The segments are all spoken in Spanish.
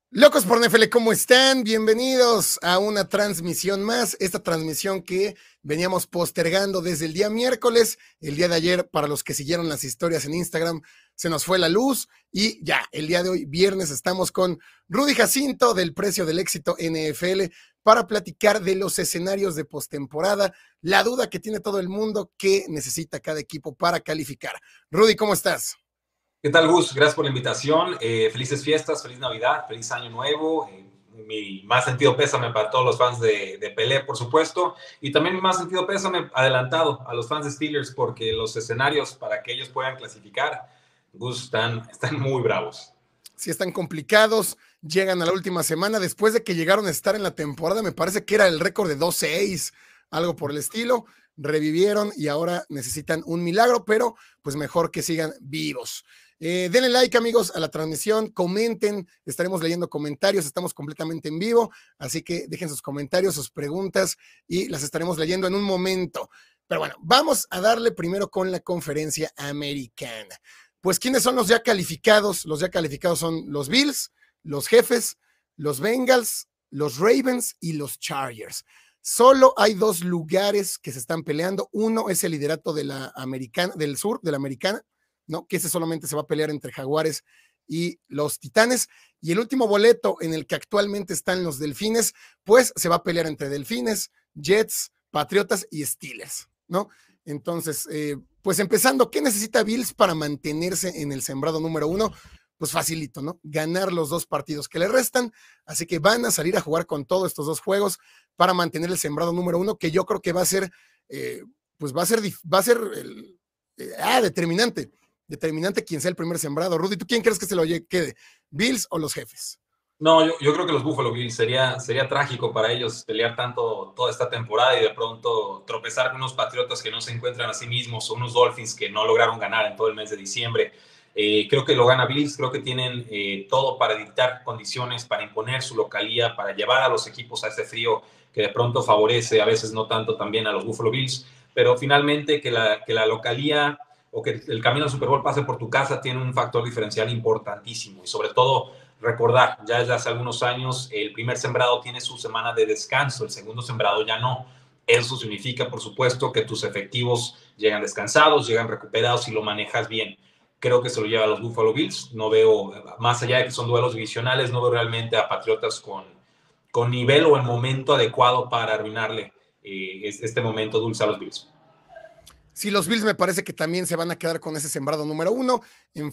Locos por NFL, ¿cómo están? Bienvenidos a una transmisión más, esta transmisión que veníamos postergando desde el día miércoles. El día de ayer, para los que siguieron las historias en Instagram, se nos fue la luz y ya, el día de hoy, viernes, estamos con Rudy Jacinto del Precio del Éxito NFL para platicar de los escenarios de postemporada, la duda que tiene todo el mundo, qué necesita cada equipo para calificar. Rudy, ¿cómo estás? ¿Qué tal, Gus? Gracias por la invitación. Felices fiestas, feliz Navidad, feliz Año Nuevo. Mi más sentido pésame para todos los fans de Pelé, por supuesto. Y también mi más sentido pésame adelantado a los fans de Steelers, porque los escenarios para que ellos puedan clasificar, Gus, están muy bravos. Sí, están complicados, llegan a la última semana, después de que llegaron a estar en la temporada, me parece que era el récord de 2-6, algo por el estilo, revivieron y ahora necesitan un milagro, pero pues mejor que sigan vivos. Denle like, amigos, a la transmisión, comenten, estaremos leyendo comentarios, estamos completamente en vivo, así que dejen sus comentarios, sus preguntas y las estaremos leyendo en un momento. Pero bueno, vamos a darle primero con la conferencia americana. Pues, ¿quiénes son los ya calificados? Los ya calificados son los Bills, los Jefes, los Bengals, los Ravens y los Chargers. Solo hay dos lugares que se están peleando. Uno es el liderato de la americana, del sur, de la americana, ¿no? Que ese solamente se va a pelear entre Jaguares y los Titanes. Y el último boleto en el que actualmente están los Delfines, pues se va a pelear entre Delfines, Jets, Patriotas y Steelers, ¿no? Entonces, pues empezando, ¿qué necesita Bills para mantenerse en el sembrado número 1? Pues facilito, ¿no? Ganar los dos partidos que le restan, así que van a salir a jugar con todos estos dos juegos para mantener el sembrado número 1, que yo creo que va a ser, pues va a ser determinante quien sea el primer sembrado. Rudy, ¿tú quién crees que se lo quede? ¿Bills o los Jefes? No, yo creo que los Buffalo Bills sería trágico para ellos pelear tanto toda esta temporada y de pronto tropezar con unos Patriotas que no se encuentran a sí mismos o unos Dolphins que no lograron ganar en todo el mes de diciembre. Creo que lo gana Bills, creo que tienen todo para dictar condiciones, para imponer su localía, para llevar a los equipos a ese frío que de pronto favorece, a veces no tanto también a los Buffalo Bills, pero finalmente que la localía o que el camino al Super Bowl pase por tu casa tiene un factor diferencial importantísimo y sobre todo recordar, ya desde hace algunos años, el primer sembrado tiene su semana de descanso, el segundo sembrado ya no. Eso significa, por supuesto, que tus efectivos llegan descansados, llegan recuperados y lo manejas bien. Creo que se lo lleva a los Buffalo Bills. No veo, más allá de que son duelos divisionales, no veo realmente a Patriotas con nivel o el momento adecuado para arruinarle este momento dulce a los Bills. Sí, los Bills me parece que también se van a quedar con ese sembrado número 1.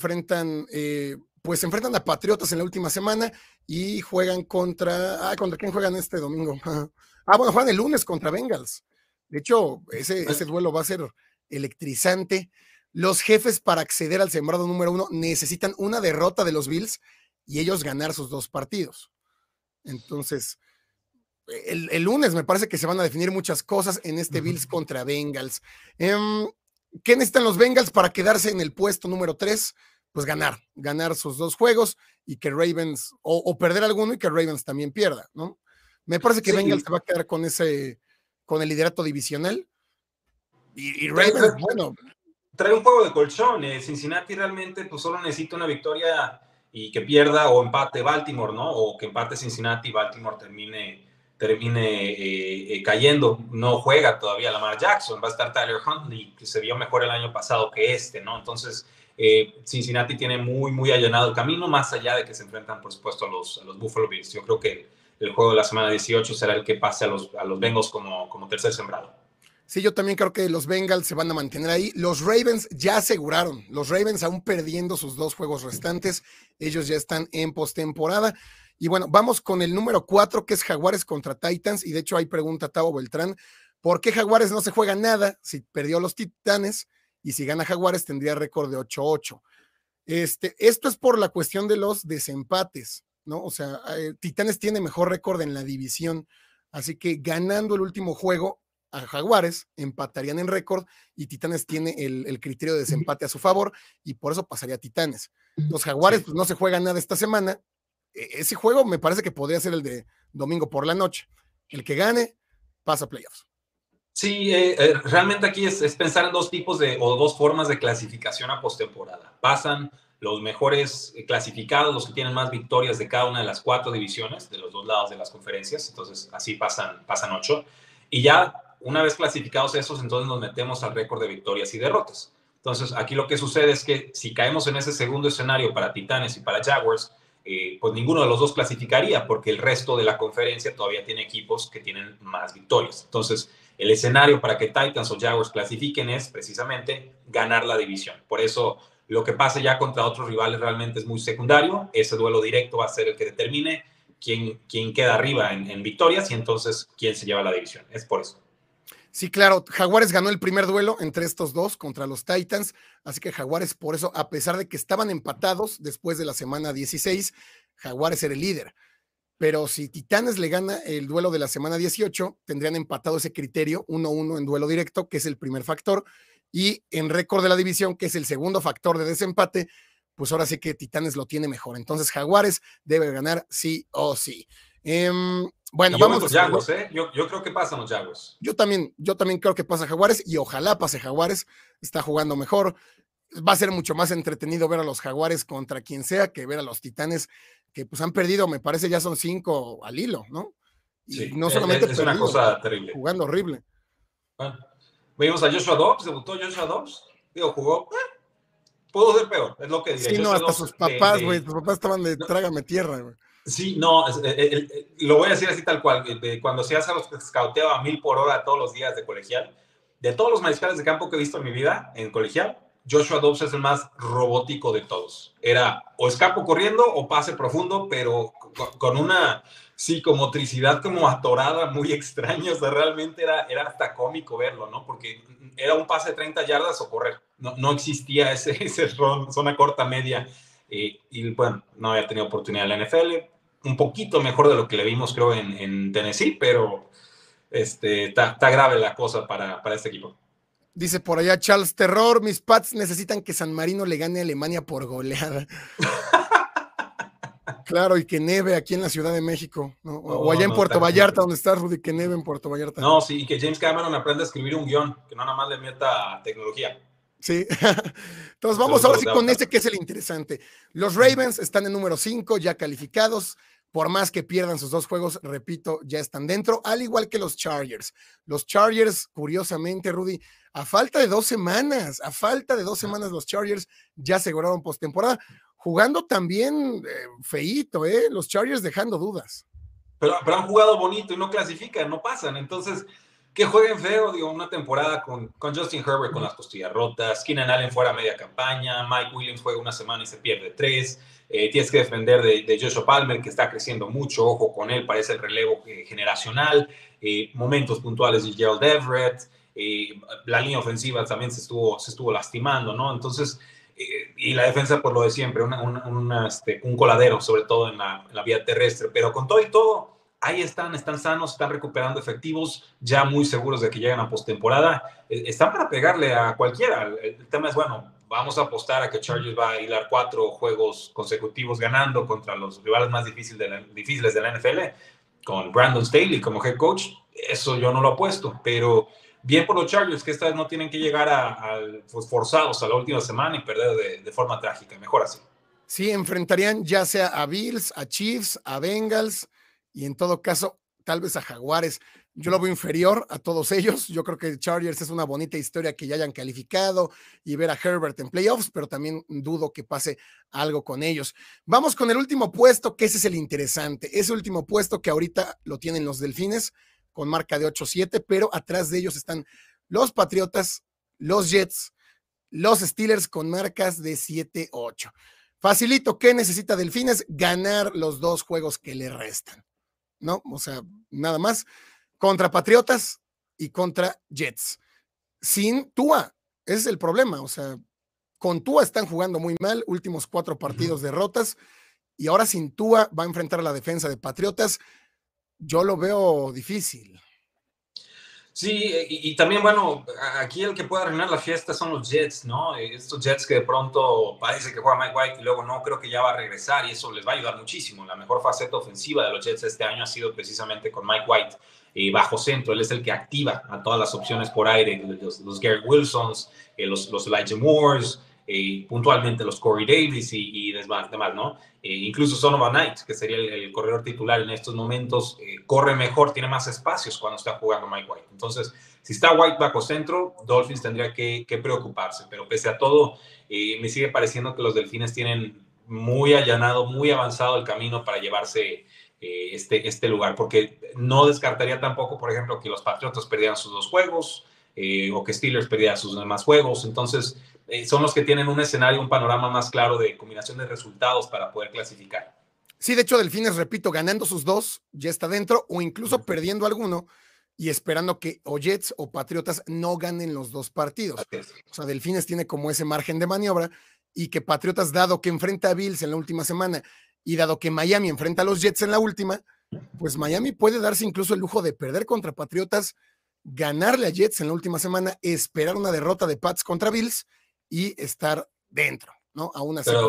Pues enfrentan a Patriotas en la última semana y juegan ¿contra quién juegan este domingo? Bueno, juegan el lunes contra Bengals. De hecho, ese duelo va a ser electrizante. Los Jefes, para acceder al sembrado número 1, necesitan una derrota de los Bills y ellos ganar sus dos partidos. Entonces, el lunes me parece que se van a definir muchas cosas en este Bills contra Bengals. ¿Qué necesitan los Bengals para quedarse en el puesto número 3? Pues ganar sus dos juegos y que Ravens, o perder alguno y que Ravens también pierda, ¿no? Me parece que Bengals se va a quedar con el liderato divisional y Ravens, bueno. Trae un juego de colchón. Cincinnati realmente pues solo necesita una victoria y que pierda o empate Baltimore, ¿no? O que empate Cincinnati y Baltimore termine cayendo. No juega todavía Lamar Jackson, va a estar Tyler Huntley, que se vio mejor el año pasado que este, ¿no? Entonces, Cincinnati tiene muy, muy allanado el camino, más allá de que se enfrentan, por supuesto, a los Buffalo Bills. Yo creo que el juego de la semana 18 será el que pase a los Bengals como tercer sembrado. Sí, yo también creo que los Bengals se van a mantener ahí. Los Ravens ya aseguraron. Los Ravens aún perdiendo sus dos juegos restantes. Ellos ya están en postemporada. Y bueno, vamos con el número 4, que es Jaguares contra Titans. Y de hecho, hay pregunta Tavo Beltrán. ¿Por qué Jaguares no se juega nada si perdió los Titanes? Y si gana Jaguares tendría récord de 8-8. Esto es por la cuestión de los desempates, ¿no? O sea, Titanes tiene mejor récord en la división. Así que ganando el último juego, a Jaguares, empatarían en récord y Titanes tiene el criterio de desempate a su favor y por eso pasaría a Titanes. Los Jaguares pues no se juegan nada esta semana. Ese juego me parece que podría ser el de domingo por la noche. El que gane pasa a playoffs. Sí, realmente aquí es pensar en dos tipos o dos formas de clasificación a postemporada. Pasan los mejores clasificados, los que tienen más victorias de cada una de las 4 divisiones, de los 2 lados de las conferencias. Entonces, así pasan 8. Y ya, una vez clasificados esos, entonces nos metemos al récord de victorias y derrotas. Entonces, aquí lo que sucede es que si caemos en ese segundo escenario para Titanes y para Jaguars, pues ninguno de los dos clasificaría, porque el resto de la conferencia todavía tiene equipos que tienen más victorias. Entonces, el escenario para que Titans o Jaguars clasifiquen es precisamente ganar la división. Por eso, lo que pase ya contra otros rivales realmente es muy secundario. Ese duelo directo va a ser el que determine quién queda arriba en victorias y entonces quién se lleva la división. Es por eso. Sí, claro, Jaguares ganó el primer duelo entre estos dos contra los Titans, así que Jaguares por eso, a pesar de que estaban empatados después de la semana 16, Jaguares era el líder. Pero si Titanes le gana el duelo de la semana 18, tendrían empatado ese criterio 1-1 en duelo directo, que es el primer factor, y en récord de la división, que es el segundo factor de desempate, pues ahora sí que Titanes lo tiene mejor. Entonces Jaguares debe ganar sí o sí. Bueno, vamos a Jaguars, ¿eh? Yo creo que pasan los Jaguars. Yo también creo que pasa Jaguares y ojalá pase Jaguares. Está jugando mejor. Va a ser mucho más entretenido ver a los Jaguares contra quien sea que ver a los Titanes, que pues han perdido, me parece ya son 5 al hilo, ¿no? Y sí, no solamente es una cosa terrible. Jugando horrible. Bueno, vimos a Joshua Dobbs, debutó Joshua Dobbs, jugó, pudo ser peor, es lo que diré. Sí, no, hasta sus papás, güey, sus papás estaban de trágame tierra, güey. Sí, no, lo voy a decir así tal cual, cuando se hace los scouteaba a 1000 por hora todos los días de colegial, de todos los mariscales de campo que he visto en mi vida en colegial, Joshua Dobbs es el más robótico de todos. Era o escapo corriendo o pase profundo, pero con una psicomotricidad como atorada, muy extraña. O sea, realmente era hasta cómico verlo, ¿no? Porque era un pase de 30 yardas o correr. No existía ese zona corta, media. Y bueno, no había tenido oportunidad en la NFL. Un poquito mejor de lo que le vimos, creo, en Tennessee, pero está grave la cosa para este equipo. Dice por allá Charles Terror, mis Pats necesitan que San Marino le gane a Alemania por goleada. Claro, y que neve aquí en la Ciudad de México, ¿no? O allá en Puerto Vallarta, donde está Rudy, que neve en Puerto Vallarta. No, sí, y que James Cameron aprenda a escribir un guión, que no nada más le meta tecnología. Sí. Entonces vamos ahora sí con ese que es el interesante. Los Ravens están en número 5, ya calificados. Por más que pierdan sus 2 juegos, repito, ya están dentro, al igual que los Chargers. Los Chargers, curiosamente, Rudy, a falta de 2 semanas, los Chargers ya aseguraron postemporada, jugando también feíto, los Chargers dejando dudas. Pero han jugado bonito y no clasifican, no pasan, entonces que jueguen feo, digo, una temporada con Justin Herbert con las costillas rotas, Keenan Allen fuera media campaña, Mike Williams juega una semana y se pierde 3, tienes que defender de Joshua Palmer, que está creciendo mucho, ojo con él, parece el relevo generacional, momentos puntuales de Gerald Everett, la línea ofensiva también se estuvo lastimando, ¿no? Entonces, y la defensa, por lo de siempre, un coladero, sobre todo en la vía terrestre, pero con todo y todo, ahí están sanos, están recuperando efectivos, ya muy seguros de que llegan a postemporada. Están para pegarle a cualquiera. El tema es, bueno, vamos a apostar a que Chargers va a hilar 4 juegos consecutivos ganando contra los rivales más difíciles de la NFL, con Brandon Staley como head coach. Eso yo no lo apuesto, pero bien por los Chargers, que esta vez no tienen que llegar forzados a la última semana y perder de forma trágica. Mejor así. Sí, enfrentarían ya sea a Bills, a Chiefs, a Bengals, y en todo caso, tal vez a Jaguares. Yo lo veo inferior a todos ellos. Yo creo que Chargers es una bonita historia que ya hayan calificado y ver a Herbert en playoffs, pero también dudo que pase algo con ellos. Vamos con el último puesto, que ese es el interesante. Ese último puesto que ahorita lo tienen los Delfines con marca de 8-7, pero atrás de ellos están los Patriotas, los Jets, los Steelers con marcas de 7-8. Facilito, ¿qué necesita Delfines? Ganar los 2 juegos que le restan, ¿no? O sea, nada más. Contra Patriotas y contra Jets. Sin Tua, ese es el problema. O sea, con Tua están jugando muy mal, últimos 4 partidos derrotas, y ahora sin Tua va a enfrentar a la defensa de Patriotas. Yo lo veo difícil. Sí, y también, bueno, aquí el que puede arruinar la fiesta son los Jets, ¿no? Estos Jets que de pronto parece que juega Mike White y luego no, creo que ya va a regresar y eso les va a ayudar muchísimo. La mejor faceta ofensiva de los Jets este año ha sido precisamente con Mike White bajo centro. Él es el que activa a todas las opciones por aire, los Garrett Wilsons, los Elijah Moores, puntualmente los Corey Davis y demás, ¿no? Incluso Donovan Knight, que sería el corredor titular en estos momentos, corre mejor, tiene más espacios cuando está jugando Mike White. Entonces, si está White bajo centro, Dolphins tendría que preocuparse, pero pese a todo, me sigue pareciendo que los Delfines tienen muy allanado, muy avanzado el camino para llevarse este lugar, porque no descartaría tampoco, por ejemplo, que los Patriotas perdieran sus 2 juegos, o que Steelers perdiera sus demás juegos. Entonces, son los que tienen un escenario, un panorama más claro de combinación de resultados para poder clasificar. Sí, de hecho, Delfines, repito, ganando sus 2, ya está dentro, o incluso perdiendo alguno y esperando que o Jets o Patriotas no ganen los 2 partidos. O sea, Delfines tiene como ese margen de maniobra, y que Patriotas, dado que enfrenta a Bills en la última semana y dado que Miami enfrenta a los Jets en la última, pues Miami puede darse incluso el lujo de perder contra Patriotas, ganarle a Jets en la última semana, esperar una derrota de Pats contra Bills y estar dentro, ¿no? Aún así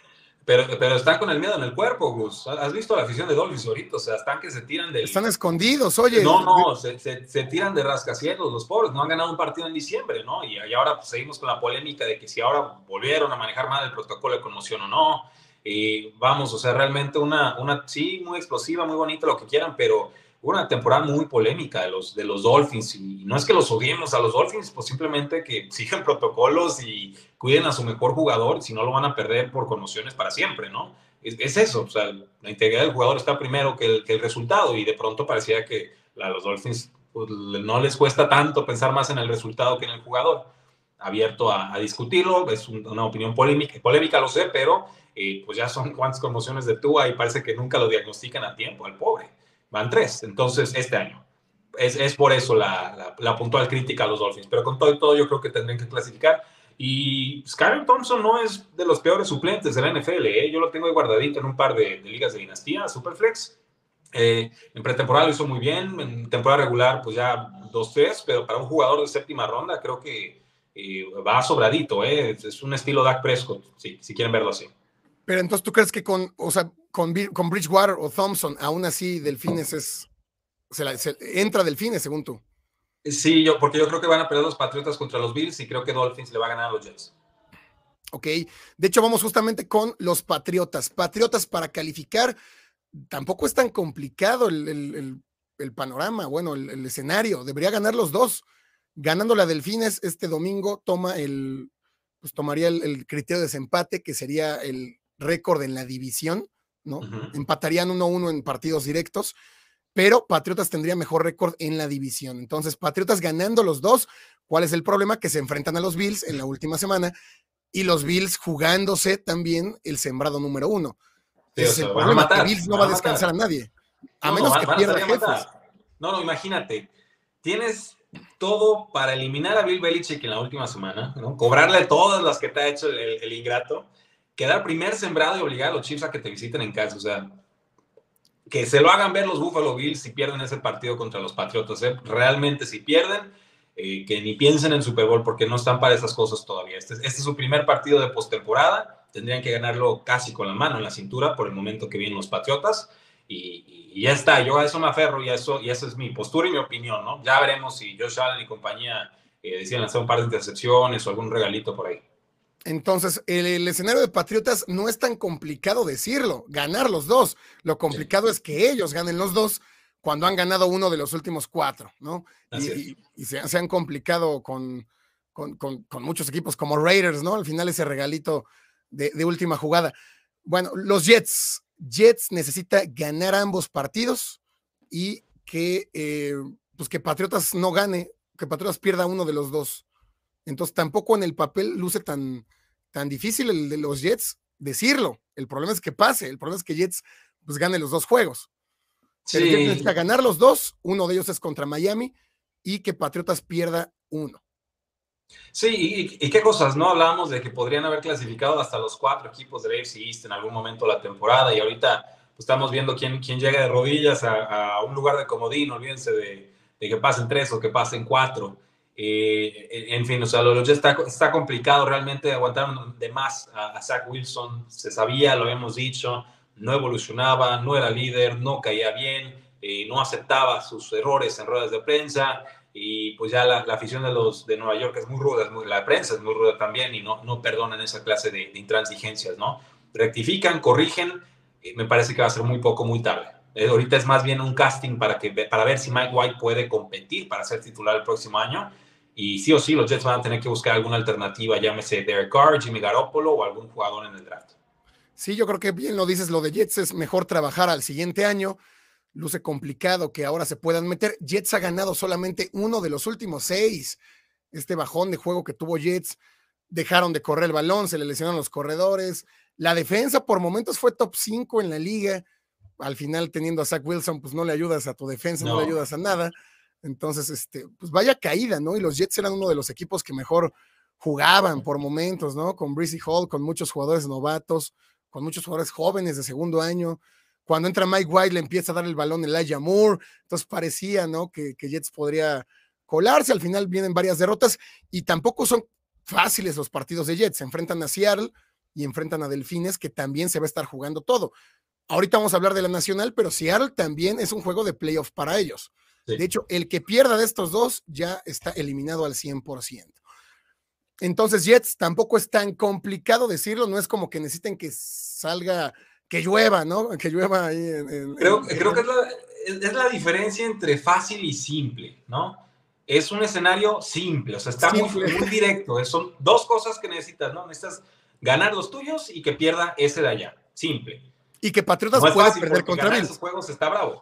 pero están con el miedo en el cuerpo, Gus. ¿Has visto la afición de Dolphins ahorita? O sea, están que se tiran del... Están escondidos, oye. No, se tiran de rascacielos los pobres. No han ganado un partido en diciembre, ¿no? Y ahora pues, seguimos con la polémica de que si ahora volvieron a manejar mal el protocolo de conmoción o no. Vamos, o sea, realmente sí, muy explosiva, muy bonita, lo que quieran, pero una temporada muy polémica de los Dolphins, y no es que los odiemos a los Dolphins, pues simplemente que sigan protocolos y cuiden a su mejor jugador, si no lo van a perder por conmociones para siempre, ¿no? Es eso, o sea, la integridad del jugador está primero que el resultado, y de pronto parecía que a los Dolphins pues, no les cuesta tanto pensar más en el resultado que en el jugador. Abierto a discutirlo, es una opinión polémica, lo sé, pero pues ya son cuantas conmociones de Tua y parece que nunca lo diagnostican a tiempo al pobre. Van 3, entonces este año. Es por eso la puntual crítica a los Dolphins, pero con todo y todo yo creo que tendrían que clasificar. Y Skyler Thompson no es de los peores suplentes de la NFL, ¿eh? Yo lo tengo ahí guardadito en un par de ligas de dinastía, Superflex. En pretemporada lo hizo muy bien, en temporada regular pues ya 2-3, pero para un jugador de 7ª ronda creo que va sobradito, ¿eh? Es un estilo Dak Prescott, si quieren verlo así. Pero entonces, ¿tú crees que con Bridgewater o Thompson, aún así, Delfines entra Delfines, según tú? Sí, porque yo creo que van a perder los Patriotas contra los Bills y creo que Dolphins le va a ganar a los Jets. Ok, de hecho vamos justamente con los Patriotas. Patriotas para calificar, tampoco es tan complicado el panorama, bueno, el escenario. Debería ganar los 2. Ganando la Delfines este domingo, tomaría el criterio de desempate, que sería el récord en la división, ¿no? Empatarían 1-1 en partidos directos, pero Patriotas tendría mejor récord en la división. Entonces, Patriotas ganando los 2. ¿Cuál es el problema? Que se enfrentan a los Bills en la última semana, y los Bills jugándose también el sembrado número 1. Sí, es el problema, que Bills no va a descansar a nadie, a menos que pierda jefes. No, imagínate, tienes todo para eliminar a Bill Belichick en la última semana, ¿no? Cobrarle todas las que te ha hecho el ingrato, quedar primer sembrado y obligar a los Chiefs a que te visiten en casa. O sea, que se lo hagan ver los Buffalo Bills si pierden ese partido contra los Patriotas, ¿eh? Realmente si pierden, que ni piensen en Super Bowl, porque no están para esas cosas todavía. Este es su primer partido de postemporada, tendrían que ganarlo casi con la mano en la cintura por el momento que vienen los Patriotas, y ya está. Yo a eso me aferro, y eso es mi postura y mi opinión, ¿no? Ya veremos si Josh Allen y compañía deciden lanzar un par de intercepciones o algún regalito por ahí. Entonces, el escenario de Patriotas no es tan complicado decirlo, ganar los 2. Lo complicado es que ellos ganen los 2 cuando han ganado uno de los últimos 4, ¿no? Y se han complicado con muchos equipos como Raiders, ¿no? Al final ese regalito de última jugada. Bueno, los Jets necesita ganar ambos partidos y que Patriotas no gane, que Patriotas pierda uno de los 2. Entonces tampoco en el papel luce tan difícil el de los Jets decirlo. El problema es que pase, el problema es que Jets pues gane los 2 juegos. Sí. Pero Jets necesita ganar los 2, uno de ellos es contra Miami, y que Patriotas pierda 1. Sí, y qué cosas, ¿no? Hablábamos de que podrían haber clasificado hasta los 4 equipos del AFC East en algún momento de la temporada, y ahorita pues, estamos viendo quién llega de rodillas a un lugar de comodín. Olvídense de que pasen 3 o que pasen 4. En fin, o sea, ya está complicado realmente. Aguantaron de más a Zach Wilson, se sabía, lo habíamos dicho, no evolucionaba, no era líder, no caía bien, no aceptaba sus errores en ruedas de prensa. y pues ya la afición de los de Nueva York es muy ruda, la prensa es muy ruda también y no perdonan esa clase de intransigencias, ¿no? Rectifican, corrigen, me parece que va a ser muy poco, muy tarde. Ahorita es más bien un casting para ver si Mike White puede competir para ser titular el próximo año. Y sí o sí, los Jets van a tener que buscar alguna alternativa, llámese Derek Carr, Jimmy Garoppolo o algún jugador en el draft. Sí, yo creo que bien lo dices, lo de Jets es mejor trabajar al siguiente año. Luce complicado que ahora se puedan meter. Jets ha ganado solamente uno de los últimos 6. Este bajón de juego que tuvo Jets, dejaron de correr el balón, se le lesionaron los corredores. La defensa por momentos fue top 5 en la liga. Al final, teniendo a Zach Wilson, pues no le ayudas a tu defensa, no le ayudas a nada. Entonces, pues vaya caída, ¿no? Y los Jets eran uno de los equipos que mejor jugaban por momentos, ¿no? Con Breece Hall, con muchos jugadores novatos, con muchos jugadores jóvenes de segundo año. Cuando entra Mike White, le empieza a dar el balón a Elijah Moore. Entonces parecía, ¿no? Que Jets podría colarse. Al final vienen varias derrotas y tampoco son fáciles los partidos de Jets. Se enfrentan a Seattle y enfrentan a Delfines, que también se va a estar jugando todo. Ahorita vamos a hablar de la nacional, pero Seattle también es un juego de playoff para ellos. Sí. De hecho, el que pierda de estos dos ya está eliminado al 100%. Entonces, Jets tampoco es tan complicado decirlo, no es como que necesiten que salga, que llueva, ¿no? Que llueva ahí. Creo que es la diferencia entre fácil y simple, ¿no? Es un escenario simple, o sea, está muy directo. Son dos cosas que necesitas, ¿no? Necesitas ganar los tuyos y que pierda ese de allá. Simple. Y que Patriotas no puede perder contra Bills. Esos juegos está bravo.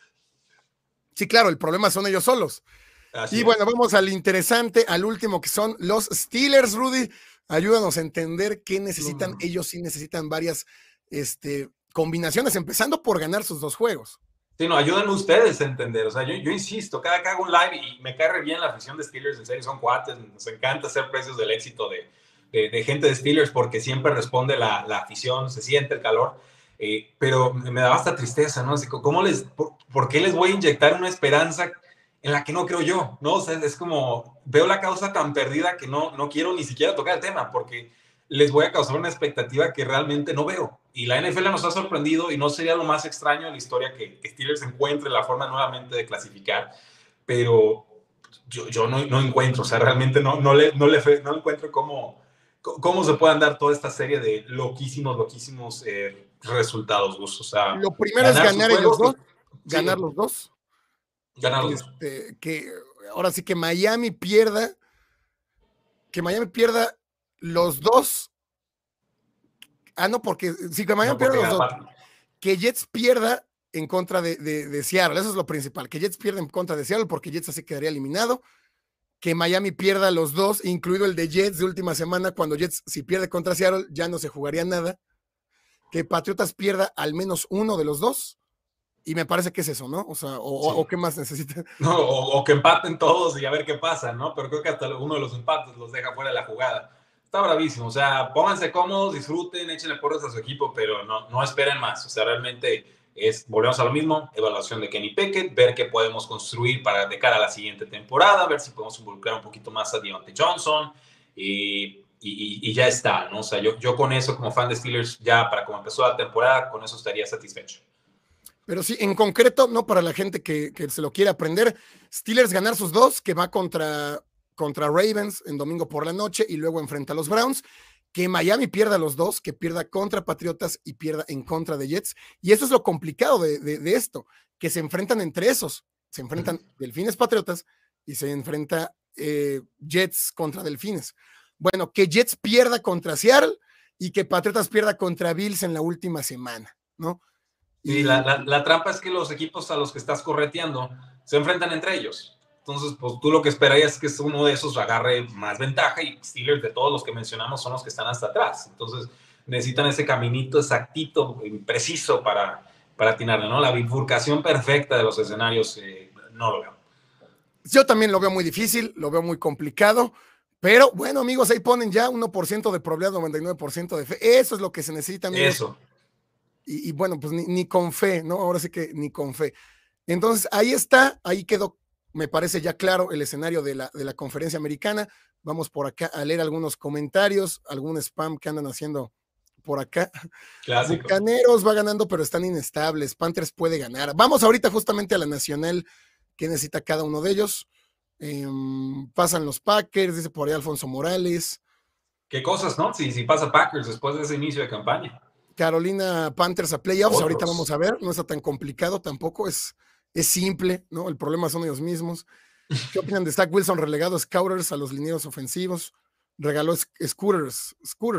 Sí, claro, el problema son ellos solos. Así y bueno, vamos al interesante, al último, que son los Steelers, Rudy. Ayúdanos a entender qué necesitan. Ellos sí necesitan varias combinaciones, empezando por ganar sus dos juegos. Sí, no, ayúdenme ustedes a entender. O sea, yo insisto, cada que hago un live y me cae bien la afición de Steelers, en serio, son cuates, nos encanta hacer precios del éxito de gente de Steelers porque siempre responde la afición, se siente el calor. Pero me da bastante tristeza, ¿no? Así, ¿por qué les voy a inyectar una esperanza en la que no creo yo? ¿No? O sea, es como, veo la causa tan perdida que no quiero ni siquiera tocar el tema, porque les voy a causar una expectativa que realmente no veo. Y la NFL nos ha sorprendido y no sería lo más extraño en la historia que Steelers encuentre la forma nuevamente de clasificar, pero yo no encuentro, o sea, realmente no encuentro cómo se puedan dar toda esta serie de loquísimos resultados, Gus. O sea, lo primero es ganar ellos dos, ganar los dos. Ganar los dos. Que ahora sí que Miami pierda los dos. No, porque sí, que Miami pierda los dos. Que Jets pierda en contra de Seattle, eso es lo principal. Que Jets pierda en contra de Seattle, porque Jets así quedaría eliminado. Que Miami pierda los dos, incluido el de Jets de última semana, cuando Jets, si pierde contra Seattle, ya no se jugaría nada. Que Patriotas pierda al menos uno de los dos. Y me parece que es eso, ¿no? O sea, sí. o ¿qué más necesita? No, o que empaten todos y a ver qué pasa, ¿no? Pero creo que hasta uno de los empates los deja fuera de la jugada. Está bravísimo, o sea, pónganse cómodos, disfruten, échenle porras a su equipo, pero no esperen más. O sea, realmente volvemos a lo mismo, evaluación de Kenny Pickett, ver qué podemos construir de cara a la siguiente temporada, ver si podemos involucrar un poquito más a Deontay Johnson y ya está, ¿no? O sea, yo con eso, como fan de Steelers, ya para como empezó la temporada, con eso estaría satisfecho. Pero sí, en concreto, no para la gente que se lo quiere aprender, Steelers ganar sus dos, que va contra Ravens en domingo por la noche y luego enfrenta a los Browns, que Miami pierda los dos, que pierda contra Patriotas y pierda en contra de Jets. Y eso es lo complicado de esto, que se enfrentan entre esos. Se enfrentan Delfines Patriotas y se enfrenta Jets contra Delfines. Bueno, que Jets pierda contra Seattle y que Patriotas pierda contra Bills en la última semana, ¿no? Y la trampa es que los equipos a los que estás correteando se enfrentan entre ellos. Entonces, pues tú lo que esperarías es que uno de esos agarre más ventaja y Steelers de todos los que mencionamos son los que están hasta atrás. Entonces, necesitan ese caminito exactito, preciso para atinarle, ¿no? La bifurcación perfecta de los escenarios no lo veo. Yo también lo veo muy difícil, lo veo muy complicado, pero bueno, amigos, ahí ponen ya 1% de probabilidad, 99% de fe. Eso es lo que se necesita, amigos. Eso. Y bueno, pues ni con fe, ¿no? Ahora sí que ni con fe. Entonces, ahí está, ahí quedó, me parece ya claro el escenario de la conferencia americana. Vamos por acá a leer algunos comentarios, algún spam que andan haciendo por acá. Clásico. Bucaneros va ganando, pero están inestables. Panthers puede ganar. Vamos ahorita justamente a la nacional, que necesita cada uno de ellos. Pasan los Packers, dice por ahí Alfonso Morales. Qué cosas, ¿no? Si pasa Packers después de ese inicio de campaña. Carolina Panthers a playoffs, ahorita vamos a ver, no está tan complicado tampoco, es simple, ¿no? El problema son ellos mismos. ¿Qué opinan de Zach Wilson relegado Scouters a los linieros ofensivos? Regaló Scooters.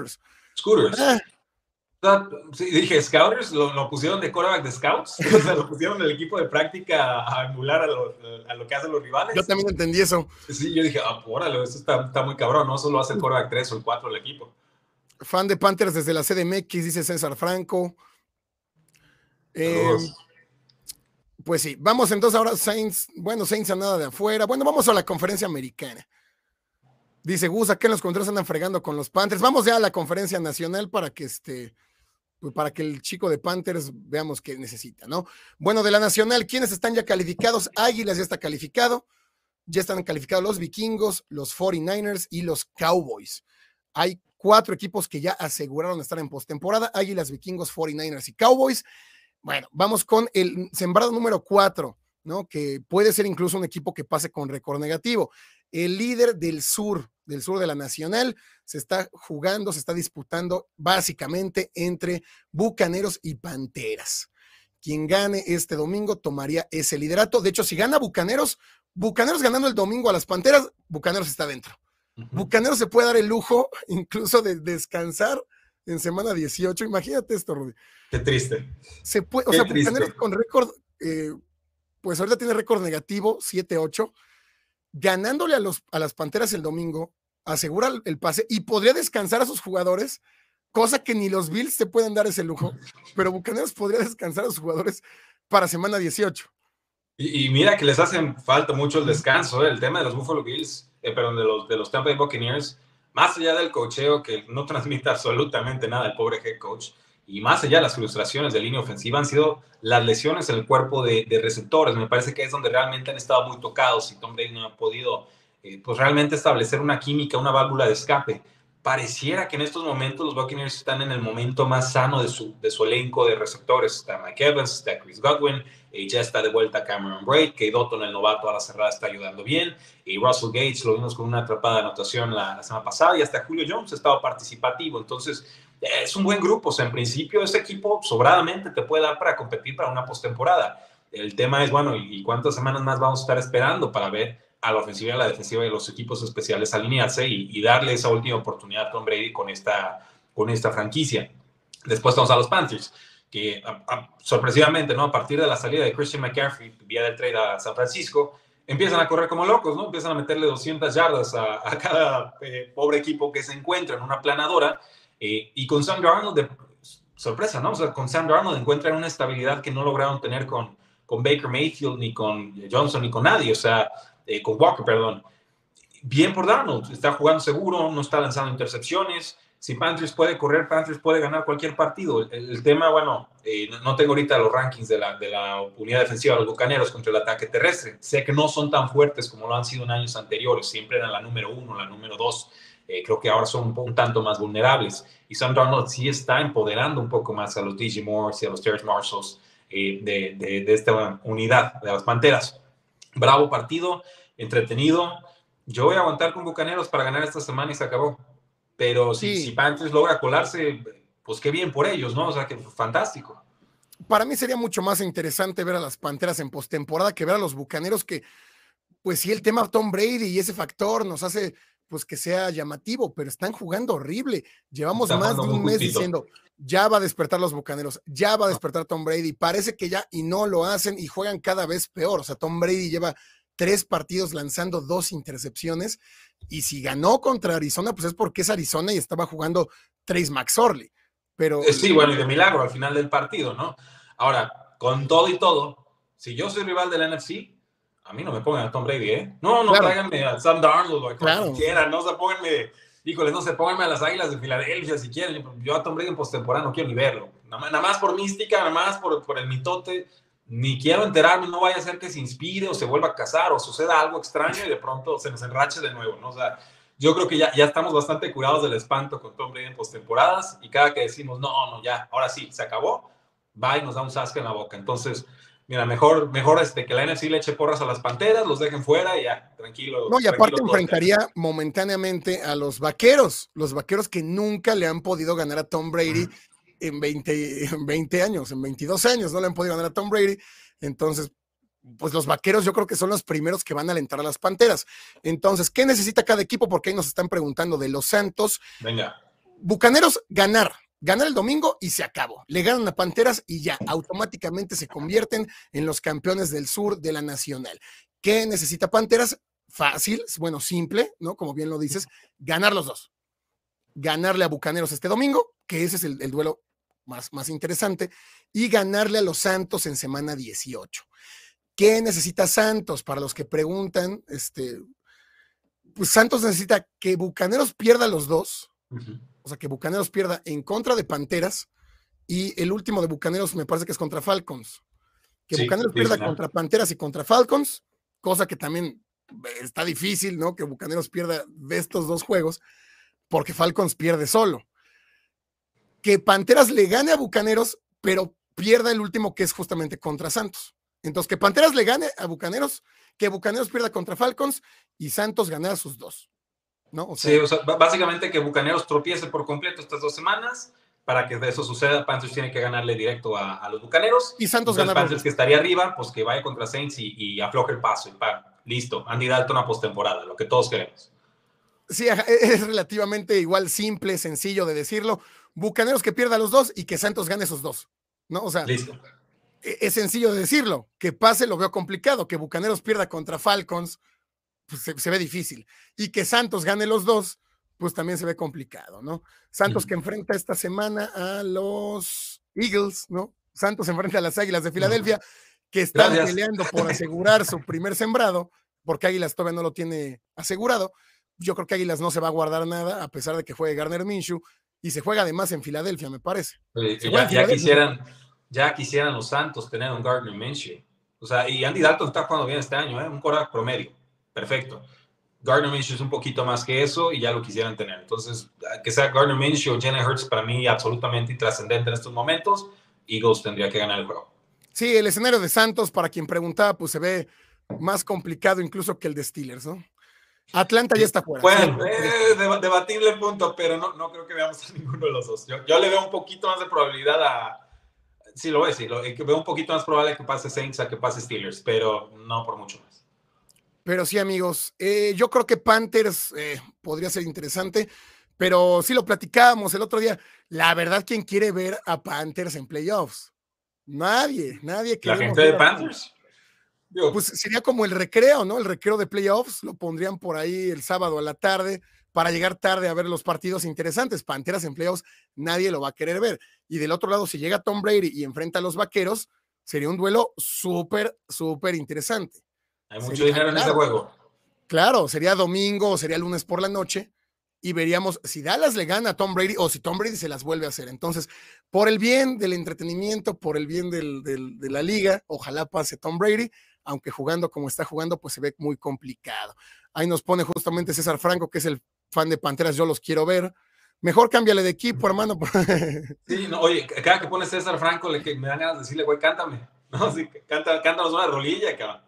Sí, dije, Scouters, lo pusieron de quarterback de Scouts, o sea, lo pusieron del equipo de práctica a emular a lo que hacen los rivales. Yo también entendí eso. Sí, yo dije, órale, eso está muy cabrón, ¿no? Solo hace el quarterback 3 o el 4 del equipo. Fan de Panthers desde la CDMX, dice César Franco. Pues sí, vamos entonces ahora Saints a nada de afuera. Bueno, vamos a la conferencia americana. Dice Gus, acá en los contrarios andan fregando con los Panthers. Vamos ya a la conferencia nacional para que para que el chico de Panthers veamos qué necesita, ¿no? Bueno, de la nacional, ¿quiénes están ya calificados? Águilas ya está calificado. Ya están calificados los Vikingos, los 49ers y los Cowboys. Hay 4 equipos que ya aseguraron estar en postemporada: Águilas, Vikingos, 49ers y Cowboys. Bueno, vamos con el sembrado número 4, ¿no? Que puede ser incluso un equipo que pase con récord negativo. El líder del sur de la nacional, se está jugando, se está disputando básicamente entre Bucaneros y Panteras. Quien gane este domingo tomaría ese liderato. De hecho, si gana Bucaneros ganando el domingo a las Panteras, Bucaneros está dentro. Bucaneros se puede dar el lujo incluso de descansar en semana 18. Imagínate esto, Rudy. Qué triste. Bucaneros con récord, pues ahorita tiene récord negativo, 7-8. Ganándole a las Panteras el domingo, asegura el pase y podría descansar a sus jugadores, cosa que ni los Bills se pueden dar ese lujo, pero Bucaneros podría descansar a sus jugadores para semana 18. Y mira que les hacen falta mucho el descanso, el tema de los Buffalo Bills, de los Tampa Bay Buccaneers, más allá del coacheo que no transmite absolutamente nada el pobre head coach, y más allá de las frustraciones de línea ofensiva, han sido las lesiones en el cuerpo de receptores. Me parece que es donde realmente han estado muy tocados y Tom Brady no ha podido pues realmente establecer una química, una válvula de escape. Pareciera que en estos momentos los Buccaneers están en el momento más sano de su elenco de receptores. Está Mike Evans, está Chris Godwin, ya está de vuelta Cameron Braid, que Dotton, el novato a la cerrada, está ayudando bien, y Russell Gates lo vimos con una atrapada de anotación la semana pasada, y hasta Julio Jones ha estado participativo. Entonces es un buen grupo. O sea, en principio ese equipo sobradamente te puede dar para competir para una postemporada. El tema es, bueno, ¿y cuántas semanas más vamos a estar esperando para ver a la ofensiva y a la defensiva de los equipos especiales alinearse y darle esa última oportunidad a Tom Brady con esta franquicia? Después vamos a los Panthers, que sorpresivamente, ¿no? A partir de la salida de Christian McCaffrey vía del trade a San Francisco, empiezan a correr como locos, ¿no? Empiezan a meterle 200 yardas a cada pobre equipo que se encuentra en una planadora. Y con Sam Darnold, sorpresa, ¿no? O sea, con Sam Darnold encuentran una estabilidad que no lograron tener con Baker Mayfield, ni con Johnson, ni con nadie. O sea, con Walker, perdón. Bien por Darnold, está jugando seguro, no está lanzando intercepciones. Si Panthers puede correr, Panthers puede ganar cualquier partido. El tema, bueno, no tengo ahorita los rankings de la unidad defensiva de los Bucaneros contra el ataque terrestre. Sé que no son tan fuertes como lo han sido en años anteriores. Siempre eran la número 1, la número 2. Creo que ahora son un tanto más vulnerables. Y Sam Darnold sí está empoderando un poco más a los DJ Moore y a los Terrence Marshalls de esta unidad de las Panteras. Bravo partido, entretenido. Yo voy a aguantar con Bucaneros para ganar esta semana y se acabó. Pero si Panthers logra colarse, pues qué bien por ellos, ¿no? O sea, que fantástico. Para mí sería mucho más interesante ver a las Panteras en postemporada que ver a los Bucaneros, que pues sí, el tema Tom Brady y ese factor nos hace pues que sea llamativo, pero están jugando horrible. Llevamos más de un mes diciendo, ya va a despertar los Bucaneros, ya va a despertar Tom Brady. Parece que ya, y no lo hacen y juegan cada vez peor. O sea, Tom Brady lleva 3 partidos lanzando 2 intercepciones, y si ganó contra Arizona, pues es porque es Arizona y estaba jugando Trace McSorley. Pero sí, bueno, y de milagro al final del partido, ¿no? Ahora, con todo y todo, si yo soy rival del NFC, a mí no me pongan a Tom Brady, ¿eh? No, claro. Tráiganme a Sam Darnold o a quien quieran, no se pónganme, híjole, no se pónganme a las Águilas de Filadelfia si quieren. Yo a Tom Brady en postemporada no quiero ni verlo. Nada más por mística, nada más por el mitote. Ni quiero enterarme, no vaya a ser que se inspire o se vuelva a casar o suceda algo extraño y de pronto se nos enrache de nuevo, ¿no? O sea, yo creo que ya estamos bastante curados del espanto con Tom Brady en postemporadas, y cada que decimos, no, ya, ahora sí, se acabó, va y nos da un sasque en la boca. Entonces, Mira, mejor que la NFC le eche porras a las Panteras, los dejen fuera y ya, No, tranquilo, y aparte tranquilo todo el tema. enfrentaría momentáneamente a los Vaqueros que nunca le han podido ganar a Tom Brady en 20 años, en 22 años, no le han podido ganar a Tom Brady. Entonces, pues los Vaqueros yo creo que son los primeros que van a alentar a las Panteras. Entonces, ¿qué necesita cada equipo? Porque ahí nos están preguntando de los Santos. Venga. Bucaneros, ganar el domingo y se acabó. Le ganan a Panteras y ya automáticamente se convierten en los campeones del sur de la Nacional. ¿Qué necesita Panteras? Fácil, bueno, simple, ¿no? Como bien lo dices, ganar los dos. Ganarle a Bucaneros este domingo, que ese es el duelo más interesante, y ganarle a los Santos en semana 18. ¿Qué necesita Santos? Para los que preguntan, pues Santos necesita que Bucaneros pierda los dos, o sea, que Bucaneros pierda en contra de Panteras, y el último de Bucaneros me parece que es contra Falcons. Que sí, Bucaneros pierda contra Panteras y contra Falcons, cosa que también está difícil, ¿no? Que Bucaneros pierda de estos dos juegos, porque Falcons pierde solo. Que Panteras le gane a Bucaneros, pero pierda el último que es justamente contra Santos. Entonces, que Panteras le gane a Bucaneros, que Bucaneros pierda contra Falcons y Santos ganara sus dos, ¿no? O sea, básicamente que Bucaneros tropiece por completo estas 2 semanas. Para que de eso suceda, Panthers tiene que ganarle directo a los Bucaneros. Y Santos ganar. Panthers que estaría arriba, pues que vaya contra Saints y afloje el paso. Listo, Andy Dalton a postemporada, lo que todos queremos. Sí, es relativamente igual simple, sencillo de decirlo. Bucaneros que pierda los dos y que Santos gane esos dos, ¿no? O sea, listo. Es sencillo de decirlo. Que pase lo veo complicado. Que Bucaneros pierda contra Falcons, pues se ve difícil. Y que Santos gane los dos, pues también se ve complicado, ¿no? Santos que enfrenta esta semana a los Eagles, ¿no? Santos enfrenta a las Águilas de Filadelfia, que están peleando por asegurar su primer sembrado, porque Águilas todavía no lo tiene asegurado. Yo creo que Águilas no se va a guardar nada, a pesar de que juegue Gardner Minshew, y se juega además en Filadelfia, me parece. Ya quisieran los Santos tener un Gardner Minshew. O sea, y Andy Dalton está jugando bien este año, un quarterback promedio. Perfecto. Gardner Minshew es un poquito más que eso y ya lo quisieran tener. Entonces, que sea Gardner Minshew o Jalen Hurts, para mí absolutamente intrascendente en estos momentos. Eagles tendría que ganar el juego. Sí, el escenario de Santos, para quien preguntaba, pues se ve más complicado incluso que el de Steelers, ¿no? Atlanta ya está fuera. Bueno, debatible el punto, pero no creo que veamos a ninguno de los dos. Yo le veo un poquito más de probabilidad a... Sí, lo es, sí. Veo un poquito más probable que pase Saints a que pase Steelers, pero no por mucho más. Pero sí, amigos, yo creo que Panthers podría ser interesante, pero sí lo platicábamos el otro día. La verdad, ¿quién quiere ver a Panthers en playoffs? Nadie. ¿La gente de Panthers? Pues sería como el recreo, ¿no? El recreo de playoffs, lo pondrían por ahí el sábado a la tarde para llegar tarde a ver los partidos interesantes. Panteras en playoffs, nadie lo va a querer ver. Y del otro lado, si llega Tom Brady y enfrenta a los Vaqueros, sería un duelo súper interesante. Hay mucho dinero en ese juego. Claro, sería domingo o sería lunes por la noche y veríamos si Dallas le gana a Tom Brady o si Tom Brady se las vuelve a hacer. Entonces, por el bien del entretenimiento, por el bien de la liga, ojalá pase Tom Brady, aunque jugando como está jugando, pues se ve muy complicado. Ahí nos pone justamente César Franco, que es el fan de Panteras, yo los quiero ver. Mejor cámbiale de equipo, hermano. Sí, no, oye, cada que pone César Franco, me dan ganas de decirle, güey, cántame. No, sí, cántanos una rolilla, cabrón.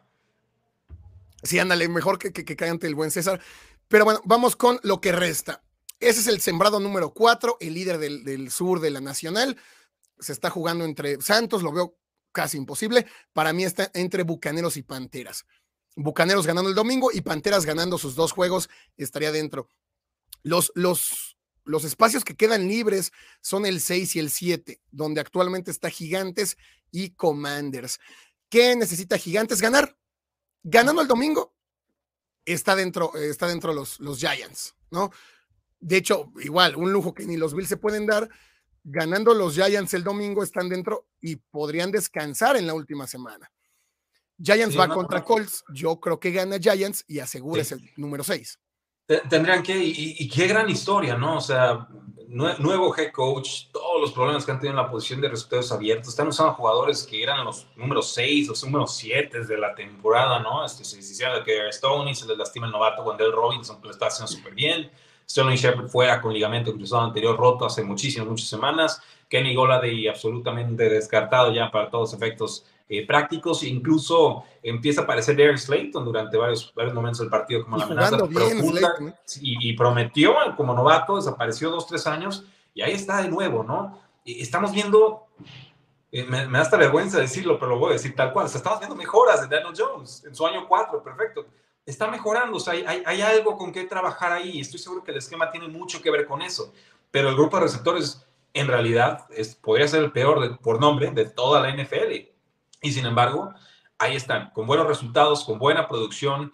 Sí, ándale, mejor que cante el buen César. Pero bueno, vamos con lo que resta. Ese es el sembrado número 4, el líder del sur de la Nacional. Se está jugando entre Santos, lo veo casi imposible. Para mí está entre Bucaneros y Panteras. Bucaneros ganando el domingo y Panteras ganando sus 2 juegos, estaría dentro. Los espacios que quedan libres son el 6 y el 7, donde actualmente está Gigantes y Commanders. ¿Qué necesita Gigantes ganar? Ganando el domingo, está dentro los Giants, ¿no? De hecho, igual, un lujo que ni los Bills se pueden dar. Ganando los Giants el domingo, están dentro y podrían descansar en la última semana. Giants va contra Colts. Yo creo que gana Giants y asegura ese número 6. Tendrían que, y qué gran historia, ¿no? O sea, nuevo head coach, todos los problemas que han tenido en la posición de resultados abiertos, están usando jugadores que eran los números 6, los números 7 de la temporada, ¿no? Se hicieron de que Stoney, se les lastima el novato Wendell Robinson, que lo está haciendo súper bien. Sterling Shepard fuera con ligamento cruzado anterior roto hace muchas semanas. Kenny Golladay absolutamente descartado ya para todos efectos prácticos, e incluso empieza a aparecer Darius Slayton durante varios momentos del partido como Y la amenaza bien, profunda, Slayton, ¿eh? y prometió como novato, desapareció 2-3 años, y ahí está de nuevo, ¿no? Y estamos viendo, me da hasta vergüenza decirlo, pero lo voy a decir tal cual, o sea, estamos viendo mejoras de Daniel Jones en su año 4, perfecto. Está mejorando, o sea, hay algo con qué trabajar ahí, y estoy seguro que el esquema tiene mucho que ver con eso, pero el grupo de receptores en realidad podría ser el peor por nombre de toda la NFL, y sin embargo, ahí están, con buenos resultados, con buena producción,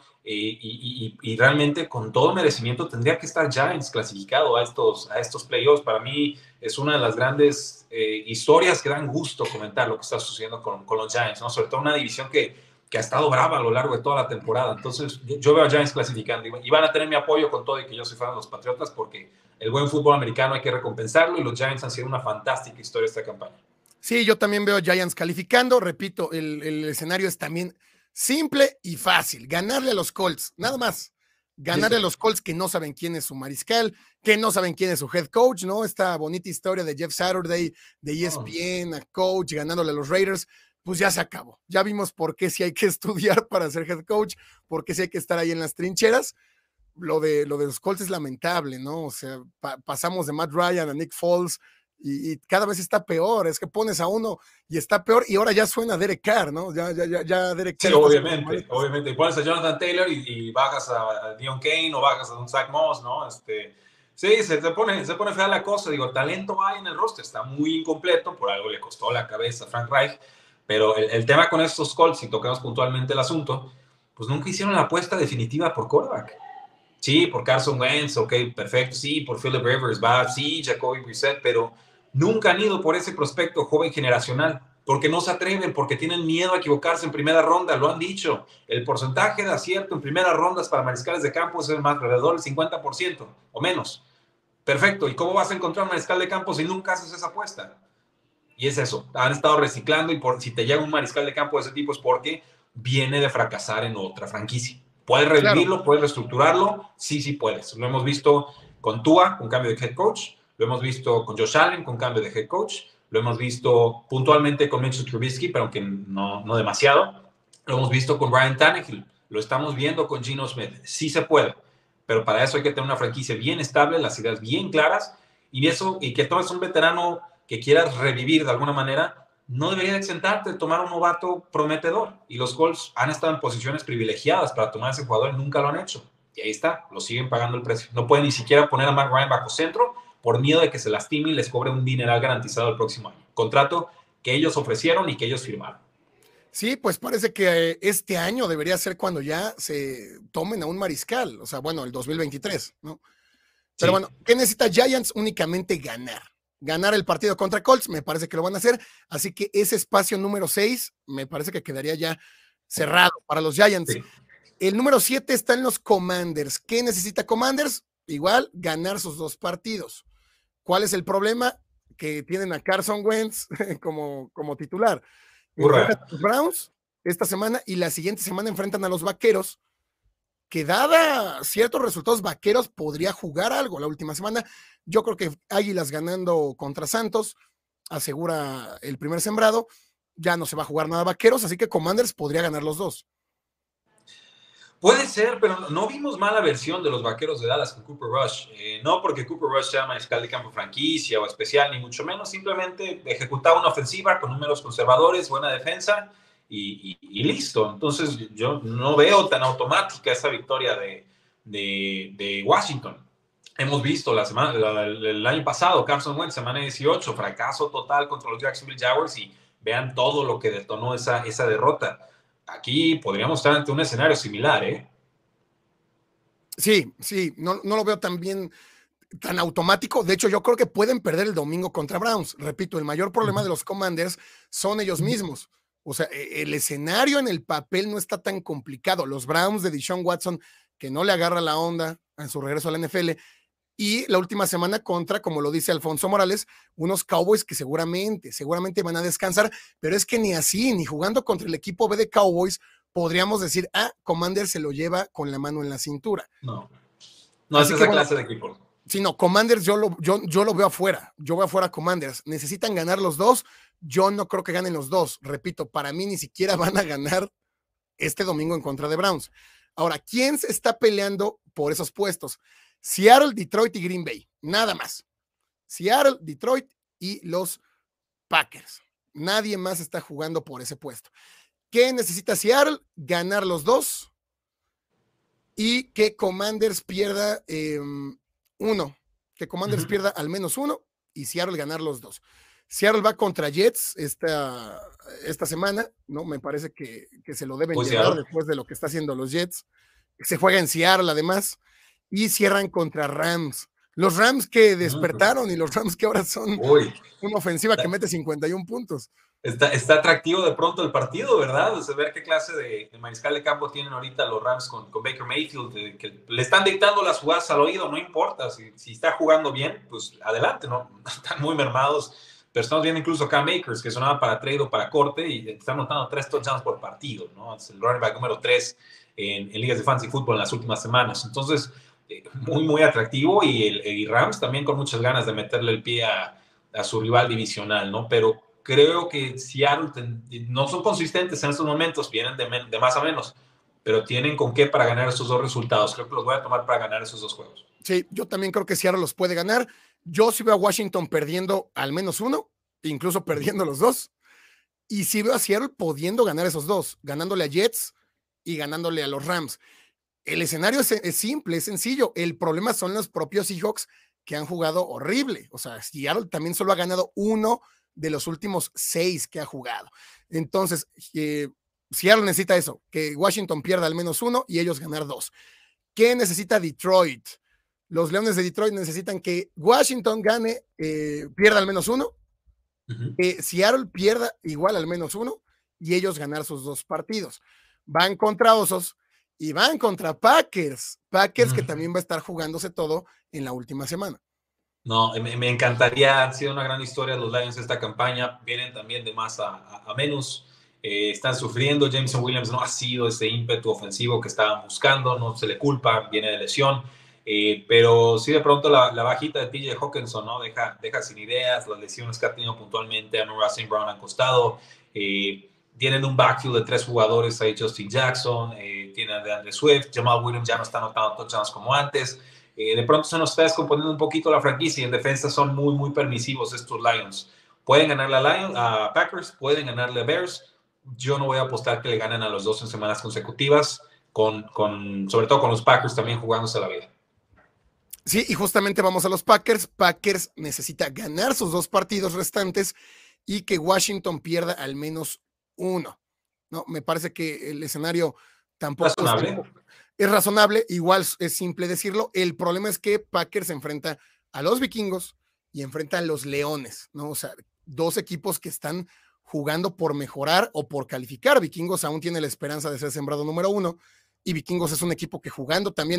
y realmente con todo merecimiento tendría que estar Giants clasificado a estos playoffs. Para mí es una de las grandes historias que dan gusto comentar lo que está sucediendo con los Giants, ¿no? Sobre todo una división que ha estado brava a lo largo de toda la temporada. Entonces yo veo a Giants clasificando y van a tener mi apoyo con todo, y que yo soy fan de los Patriotas, porque el buen fútbol americano hay que recompensarlo, y los Giants han sido una fantástica historia esta campaña. Sí, yo también veo a Giants calificando. Repito, el escenario es también simple y fácil. Ganarle a los Colts, nada más. Ganarle a los Colts, que no saben quién es su mariscal, que no saben quién es su head coach, ¿no? Esta bonita historia de Jeff Saturday, de ESPN, a coach, ganándole a los Raiders, pues ya se acabó. Ya vimos por qué sí hay que estudiar para ser head coach, por qué sí hay que estar ahí en las trincheras. Lo de los Colts es lamentable, ¿no? O sea, pasamos de Matt Ryan a Nick Foles, y cada vez está peor. Es que pones a uno y está peor, y ahora ya suena Derek Carr, ¿no? Ya Derek Carr. Sí, obviamente. Y pones a Jonathan Taylor y bajas a Dion Kane o bajas a un Zach Moss, ¿no? Sí, se pone fea la cosa. Digo, talento hay en el roster, está muy incompleto, por algo le costó la cabeza a Frank Reich, pero el tema con estos Colts, si tocamos puntualmente el asunto, pues nunca hicieron la apuesta definitiva por quarterback. Sí, por Carson Wentz, ok, perfecto, sí, por Philip Rivers, sí, Jacoby Brissett, pero nunca han ido por ese prospecto joven generacional, porque no se atreven, porque tienen miedo a equivocarse en primera ronda, lo han dicho. El porcentaje de acierto en primeras rondas para mariscales de campo es más alrededor del 50% o menos. Perfecto, ¿y cómo vas a encontrar un mariscal de campo si nunca haces esa apuesta? Y es eso, han estado reciclando, y si te llega un mariscal de campo de ese tipo es porque viene de fracasar en otra franquicia. ¿Puedes revivirlo? Claro. ¿Puedes reestructurarlo? Sí puedes. Lo hemos visto con Tua, con cambio de head coach. Lo hemos visto con Josh Allen, con cambio de head coach. Lo hemos visto puntualmente con Mitchell Trubisky, pero aunque no demasiado. Lo hemos visto con Ryan Tannehill. Lo estamos viendo con Geno Smith. Sí se puede, pero para eso hay que tener una franquicia bien estable, las ideas bien claras, y que tomes un veterano que quieras revivir de alguna manera, no debería exentarte de tomar un novato prometedor. Y los Colts han estado en posiciones privilegiadas para tomar a ese jugador y nunca lo han hecho. Y ahí está, lo siguen pagando el precio. No pueden ni siquiera poner a Matt Ryan bajo centro por miedo de que se lastime y les cobre un dineral garantizado el próximo año. Contrato que ellos ofrecieron y que ellos firmaron. Sí, pues parece que este año debería ser cuando ya se tomen a un mariscal. O sea, bueno, el 2023, ¿no? Pero Sí. bueno, ¿qué necesita Giants? Únicamente ganar el partido contra Colts, me parece que lo van a hacer, así que ese espacio número 6 me parece que quedaría ya cerrado para los Giants. Sí. El número 7 está en los Commanders. ¿Qué necesita Commanders? Igual, ganar sus 2 partidos. ¿Cuál es el problema? Que tienen a Carson Wentz como titular. Enfrentan a los Browns esta semana, y la siguiente semana enfrentan a los Vaqueros, que dada ciertos resultados, Vaqueros podría jugar algo la última semana. Yo creo que Águilas ganando contra Santos asegura el primer sembrado. Ya no se va a jugar nada Vaqueros, así que Commanders podría ganar los 2. Puede ser, pero no vimos mala versión de los Vaqueros de Dallas con Cooper Rush. No porque Cooper Rush sea mariscal de campo franquicia o especial, ni mucho menos. Simplemente ejecutaba una ofensiva con números conservadores, buena defensa y listo. Entonces yo no veo tan automática esa victoria de Washington. Hemos visto el año pasado, Carson Wentz, semana 18, fracaso total contra los Jacksonville Jaguars, y vean todo lo que detonó esa derrota. Aquí podríamos estar ante un escenario similar, ¿eh? Sí, no lo veo tan automático. De hecho, yo creo que pueden perder el domingo contra Browns. Repito, el mayor problema de los Commanders son ellos mismos. O sea, el escenario en el papel no está tan complicado. Los Browns de Deshaun Watson, que no le agarra la onda en su regreso a la NFL, y la última semana contra, como lo dice Alfonso Morales, unos Cowboys que seguramente van a descansar, pero es que ni así, ni jugando contra el equipo B de Cowboys, podríamos decir, Commander se lo lleva con la mano en la cintura. No es esa clase de equipo. Sí, no, Commanders yo lo veo afuera. Yo veo afuera Commanders. Necesitan ganar los 2 Yo no creo que ganen los dos. Repito, para mí ni siquiera van a ganar este domingo en contra de Browns. Ahora, ¿quién se está peleando por esos puestos? Seattle, Detroit y Green Bay. Nada más. Seattle, Detroit y los Packers. Nadie más está jugando por ese puesto. ¿Qué necesita Seattle? Ganar los dos y que Commanders pierda uno. Que Commanders pierda al menos uno y Seattle ganar los dos. Seattle va contra Jets esta semana, ¿no? Me parece que se lo deben llevar después de lo que está haciendo los Jets. Se juega en Seattle además y cierran contra Rams. Los Rams que despertaron y los Rams que ahora son una ofensiva que mete 51 puntos. Está atractivo de pronto el partido, ¿verdad? O sea, ver qué clase de mariscal de campo tienen ahorita los Rams con Baker Mayfield, que le están dictando las jugadas al oído, no importa. Si está jugando bien, pues adelante, ¿no? Están muy mermados. Pero estamos viendo incluso Cam Akers, que sonaba para trade o para corte, y están anotando 3 touchdowns por partido, ¿no? Es el running back número 3 en ligas de fantasy fútbol en las últimas semanas. Entonces, muy atractivo, y Rams también con muchas ganas de meterle el pie a su rival divisional, ¿no? Pero creo que Seattle no son consistentes en estos momentos, vienen de más a menos, pero tienen con qué para ganar esos dos resultados. Creo que los voy a tomar para ganar esos dos juegos. Sí, yo también creo que Seattle los puede ganar. Yo sí veo a Washington perdiendo al menos uno, incluso perdiendo los dos, y sí veo a Seattle pudiendo ganar esos dos, ganándole a Jets y ganándole a los Rams. El escenario es simple, es sencillo. El problema son los propios Seahawks que han jugado horrible. O sea, Seattle también solo ha ganado uno de los últimos 6 que ha jugado. Entonces, Seattle necesita eso, que Washington pierda al menos uno y ellos ganar 2. ¿Qué necesita Detroit? Los Leones de Detroit necesitan que Washington gane, pierda al menos uno, que Seattle pierda igual al menos uno y ellos ganar sus 2 partidos. Van contra Osos y van contra Packers. Packers que también va a estar jugándose todo en la última semana. No, me encantaría, ha sido una gran historia los Lions esta campaña, vienen también de más a menos, están sufriendo. Jameson Williams no ha sido ese ímpetu ofensivo que estaban buscando, no se le culpa, viene de lesión, pero sí de pronto la bajita de TJ Hawkinson, ¿no? Deja sin ideas, las lesiones que ha tenido puntualmente a St. Brown han costado. Tienen un backfield de 3 jugadores, ahí Justin Jackson, tienen de Andre Swift, Jamal Williams ya no está anotando touchdowns como antes. De pronto se nos está descomponiendo un poquito la franquicia y en defensa son muy permisivos estos Lions. Pueden ganarle a Packers, pueden ganarle a Bears. Yo no voy a apostar que le ganen a los dos en semanas consecutivas, sobre todo con los Packers también jugándose la vida. Sí, y justamente vamos a los Packers. Packers necesita ganar sus 2 partidos restantes y que Washington pierda al menos uno. No, me parece que el escenario tampoco es razonable, igual es simple decirlo. El problema es que Packers enfrenta a los Vikingos y enfrenta a los Leones, ¿no? O sea, 2 equipos que están jugando por mejorar o por calificar. Vikingos aún tiene la esperanza de ser sembrado número 1 y Vikingos es un equipo que jugando también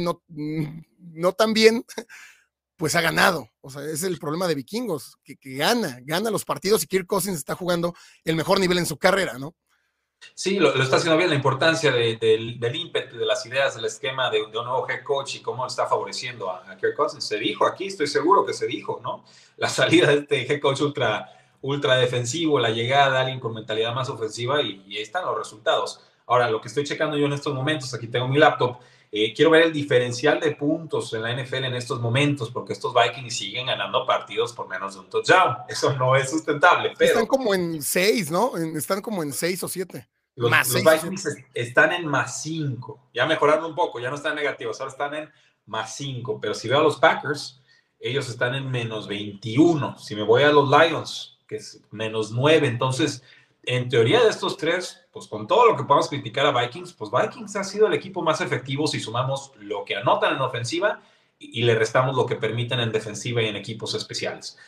no tan bien, pues ha ganado. O sea, es el problema de Vikingos, que gana los partidos y Kirk Cousins está jugando el mejor nivel en su carrera, ¿no? Sí, lo está haciendo bien. La importancia del ímpetu, de las ideas, del esquema de un nuevo head coach y cómo está favoreciendo a Kirk Cousins. Se dijo aquí, estoy seguro que se dijo, ¿no? La salida de este head coach ultra defensivo, la llegada de alguien con mentalidad más ofensiva y ahí están los resultados. Ahora, lo que estoy checando yo en estos momentos, aquí tengo mi laptop, quiero ver el diferencial de puntos en la NFL en estos momentos, porque estos Vikings siguen ganando partidos por menos de un touchdown. Eso no es sustentable. Pero están como en 6, ¿no? Están como en 6 o 7. Los Vikings están en +5. Ya mejoraron un poco, ya no están negativos, ahora están en +5. Pero si veo a los Packers, ellos están en -21. Si me voy a los Lions, que es -9. Entonces, en teoría de estos 3, pues con todo lo que podamos criticar a Vikings, pues Vikings ha sido el equipo más efectivo si sumamos lo que anotan en ofensiva y le restamos lo que permiten en defensiva y en equipos especiales.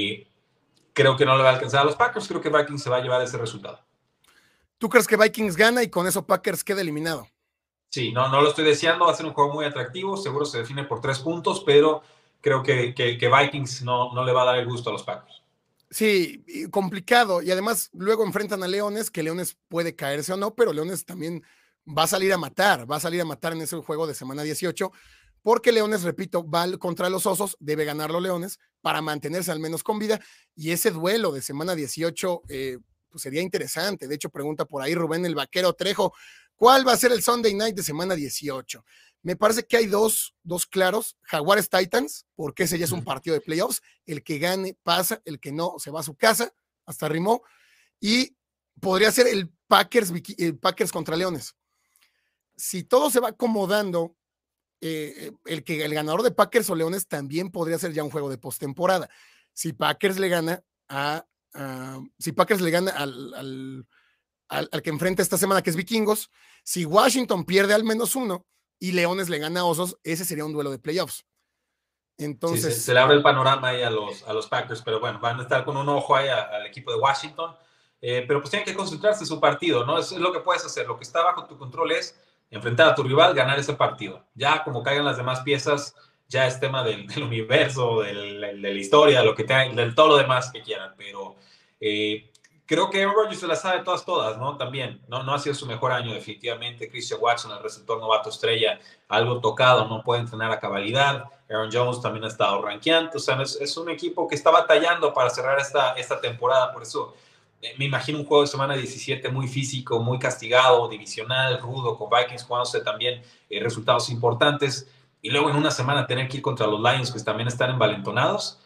Creo que no le va a alcanzar a los Packers, creo que Vikings se va a llevar ese resultado. ¿Tú crees que Vikings gana y con eso Packers queda eliminado? Sí, no lo estoy deseando, va a ser un juego muy atractivo, seguro se define por 3 puntos, pero creo que Vikings no le va a dar el gusto a los Packers. Sí, complicado, y además luego enfrentan a Leones, que Leones puede caerse o no, pero Leones también va a salir a matar en ese juego de semana 18, porque Leones, repito, va contra los Osos, debe ganar los Leones para mantenerse al menos con vida, y ese duelo de semana 18 pues sería interesante. De hecho, pregunta por ahí Rubén el Vaquero Trejo, ¿cuál va a ser el Sunday Night de semana 18? Me parece que hay dos claros, Jaguares Titans, porque ese ya es un partido de playoffs, el que gane pasa, el que no se va a su casa, hasta rimó, y podría ser el Packers contra Leones. Si todo se va acomodando, el ganador de Packers o Leones también podría ser ya un juego de postemporada. Si Packers le gana al que enfrenta esta semana, que es Vikingos, si Washington pierde al menos uno y Leones le gana a Osos, ese sería un duelo de playoffs. Entonces, sí, se le abre el panorama ahí a los Packers, pero bueno, van a estar con un ojo ahí al equipo de Washington, pero pues tienen que concentrarse en su partido, ¿no? Eso es lo que puedes hacer. Lo que está bajo tu control es enfrentar a tu rival, ganar ese partido. Ya como caigan las demás piezas, ya es tema del universo, de la historia, lo que tengan, del todo lo demás que quieran, pero creo que Aaron Rodgers se la sabe todas, ¿no? También, no ha sido su mejor año definitivamente. Christian Watson, el receptor novato estrella, algo tocado, no puede entrenar a cabalidad. Aaron Jones también ha estado rankeando, o sea, es un equipo que está batallando para cerrar esta temporada, por eso me imagino un juego de semana 17 muy físico, muy castigado, divisional, rudo, con Vikings jugándose también resultados importantes, y luego en una semana tener que ir contra los Lions, que también están envalentonados,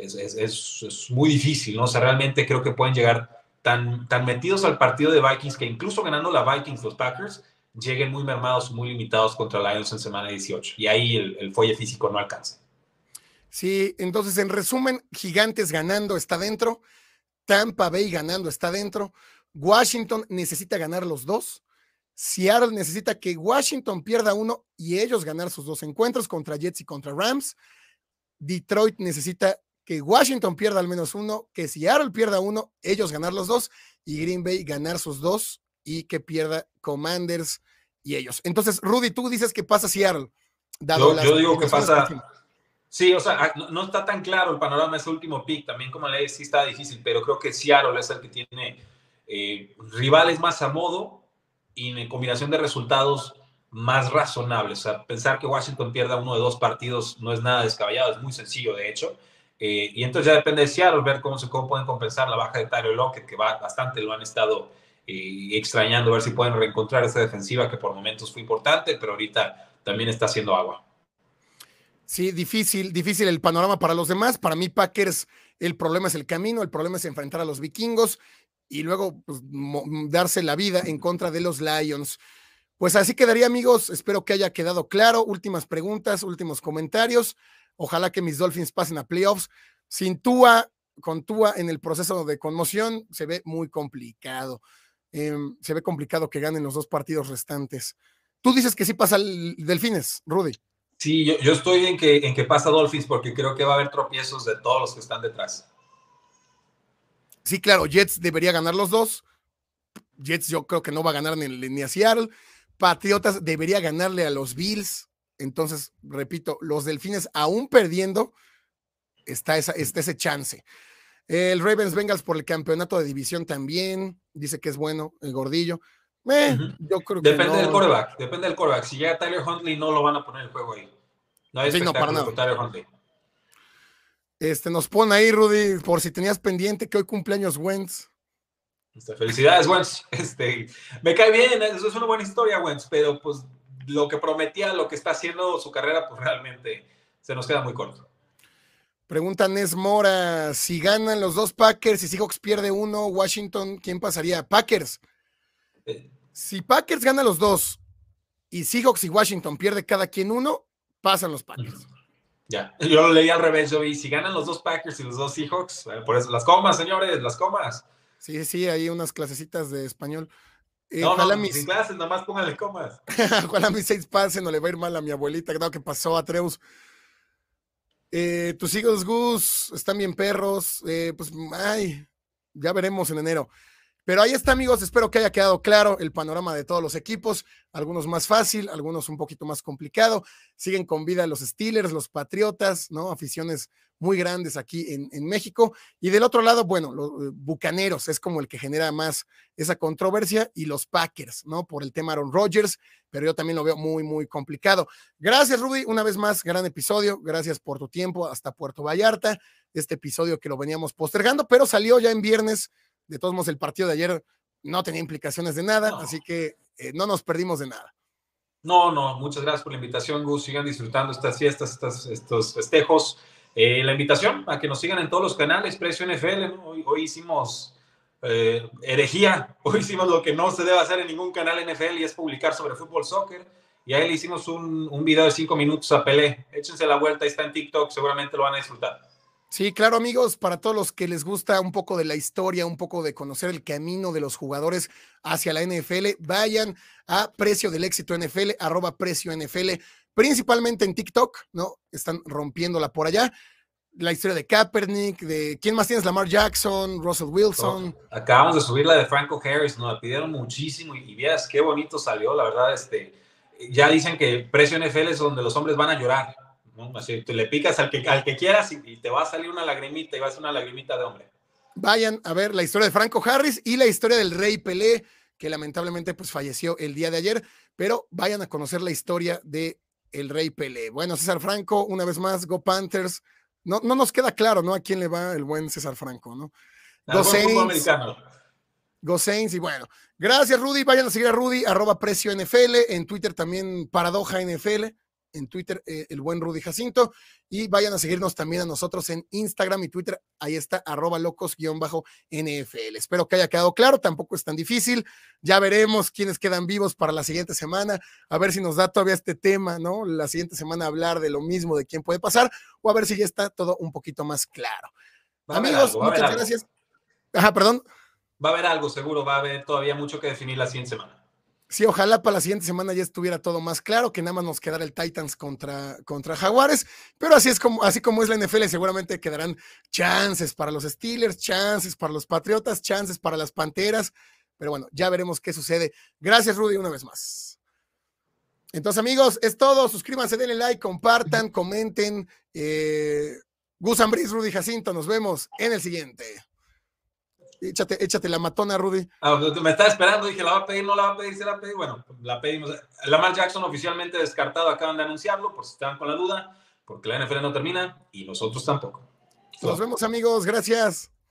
es muy difícil, ¿no? O sea, realmente creo que pueden llegar tan metidos al partido de Vikings que incluso ganando la Vikings, los Packers, lleguen muy mermados, muy limitados contra Lions en semana 18. Y ahí el fuelle físico no alcanza. Sí, entonces en resumen, Gigantes ganando está dentro, Tampa Bay ganando está dentro, Washington necesita ganar los dos, Seattle necesita que Washington pierda uno y ellos ganar sus dos encuentros contra Jets y contra Rams, Detroit necesita que Washington pierda al menos uno, que Seattle pierda uno, ellos ganar los dos, y Green Bay ganar sus dos, y que pierda Commanders y ellos. Entonces, Rudy, tú dices que pasa Seattle. Yo digo que pasa... Sí, o sea, no está tan claro el panorama de ese último pick. También, como le sí está difícil, pero creo que Seattle es el que tiene rivales más a modo y en combinación de resultados más razonables. O sea, pensar que Washington pierda uno de dos partidos no es nada descabellado, es muy sencillo, de hecho. Y entonces ya depende de Seattle ver cómo pueden compensar la baja de Tyler Lockett, que bastante lo han estado extrañando, ver si pueden reencontrar esa defensiva que por momentos fue importante, pero ahorita también está haciendo agua. Sí, difícil el panorama para los demás. Para mí, Packers, el problema es el camino, el problema es enfrentar a los vikingos y luego pues, darse la vida en contra de los Lions. Pues así quedaría, amigos. Espero que haya quedado claro. Últimas preguntas, últimos comentarios. Ojalá que mis Dolphins pasen a playoffs. Sin Tua, con Tua en el proceso de conmoción, se ve muy complicado. Se ve complicado que ganen los dos partidos restantes. Tú dices que sí pasa el Delfines, Rudy. Sí, yo estoy en que pasa Dolphins porque creo que va a haber tropiezos de todos los que están detrás. Sí, claro, Jets debería ganar los dos. Jets yo creo que no va a ganar ni a Seattle. Patriotas debería ganarle a los Bills. Entonces, repito, los Delfines aún perdiendo, está ese chance. El Ravens Bengals por el campeonato de división también. Dice que es bueno, el gordillo. Yo creo depende que no. Depende del quarterback. Si llega Tyler Huntley, no lo van a poner el juego ahí. No hay espectáculo con Tyler Huntley. Nos pone ahí, Rudy, por si tenías pendiente que hoy cumpleaños Wentz. Felicidades, Wentz. Me cae bien, eso es una buena historia, Wentz, pero pues lo que prometía, lo que está haciendo su carrera, pues realmente se nos queda muy corto. Pregunta Nes Mora, si ganan los dos Packers y Seahawks pierde uno, Washington, ¿quién pasaría? Packers. Si Packers gana los dos y Seahawks y Washington pierde cada quien uno, pasan los Packers. Ya, yo lo leí al revés, yo vi, si ganan los dos Packers y los dos Seahawks, por eso, las comas, señores, las comas. Sí, hay unas clasecitas de español. No, sin clases, nomás pónganle comas. Ojalá mis 6 pasen, no le va a ir mal a mi abuelita, que pasó a Treus. Tus Eagles, Gus, están bien perros. Pues, ya veremos en enero. Pero ahí está, amigos, espero que haya quedado claro el panorama de todos los equipos, algunos más fácil, algunos un poquito más complicado. Siguen con vida los Steelers, los Patriotas, ¿no? Aficiones muy grandes aquí en México. Y del otro lado, bueno, los Bucaneros es como el que genera más esa controversia, y los Packers, ¿no? Por el tema Aaron Rodgers, pero yo también lo veo muy, muy complicado. Gracias, Rudy, una vez más, gran episodio. Gracias por tu tiempo hasta Puerto Vallarta. Este episodio que lo veníamos postergando, pero salió ya en viernes. De todos modos, el partido de ayer no tenía implicaciones de nada, así que no nos perdimos de nada. No, muchas gracias por la invitación, Gus. Sigan disfrutando estas fiestas, estos festejos. La invitación a que nos sigan en todos los canales, Precio NFL, ¿no? Hoy hicimos herejía, hoy hicimos lo que no se debe hacer en ningún canal NFL, y es publicar sobre fútbol, soccer. Y ahí le hicimos un video de 5 minutos a Pelé. Échense la vuelta, ahí está en TikTok, seguramente lo van a disfrutar. Sí, claro, amigos, para todos los que les gusta un poco de la historia, un poco de conocer el camino de los jugadores hacia la NFL, vayan a Precio del Éxito NFL, @Precio NFL, principalmente en TikTok, ¿no? Están rompiéndola por allá. La historia de Kaepernick, de ¿quién más tienes? Lamar Jackson, Russell Wilson. Acabamos de subir la de Franco Harris, nos la pidieron muchísimo y vieras qué bonito salió, la verdad. Ya dicen que Precio NFL es donde los hombres van a llorar, ¿no? Así, tú le picas al que quieras y te va a salir una lagrimita, y va a ser una lagrimita de hombre. Vayan a ver la historia de Franco Harris y la historia del Rey Pelé, que lamentablemente pues falleció el día de ayer, pero vayan a conocer la historia de el Rey Pelé. Bueno, César Franco, una vez más, Go Panthers. No nos queda claro, ¿no? A quién le va el buen César Franco, ¿no? Go Saints. Go Saints. Y bueno, gracias, Rudy. Vayan a seguir a Rudy, @Precio NFL. En Twitter también Paradoja NFL. En Twitter, el buen Rudy Jacinto. Y vayan a seguirnos también a nosotros en Instagram y Twitter. Ahí está, @locos_NFL. Espero que haya quedado claro. Tampoco es tan difícil. Ya veremos quiénes quedan vivos para la siguiente semana. A ver si nos da todavía este tema, ¿no? La siguiente semana hablar de lo mismo, de quién puede pasar, o a ver si ya está todo un poquito más claro. Amigos, muchas gracias. Ajá, perdón. Va a haber algo, seguro. Va a haber todavía mucho que definir la siguiente semana. Sí, ojalá para la siguiente semana ya estuviera todo más claro, que nada más nos quedara el Titans contra Jaguares, pero así como es la NFL, seguramente quedarán chances para los Steelers, chances para los Patriotas, chances para las Panteras, pero bueno, ya veremos qué sucede. Gracias, Rudy, una vez más. Entonces, amigos, es todo. Suscríbanse, denle like, compartan, comenten. Gus Ambris, Rudy Jacinto, nos vemos en el siguiente. Échate la matona, Rudy. Me estaba esperando, dije, ¿la va a pedir? ¿No la va a pedir? ¿Se la va a pedir? Bueno, la pedimos. Lamar Jackson oficialmente descartado, acaban de anunciarlo, por si estaban con la duda, porque la NFL no termina y nosotros tampoco. Nos vemos, amigos, gracias.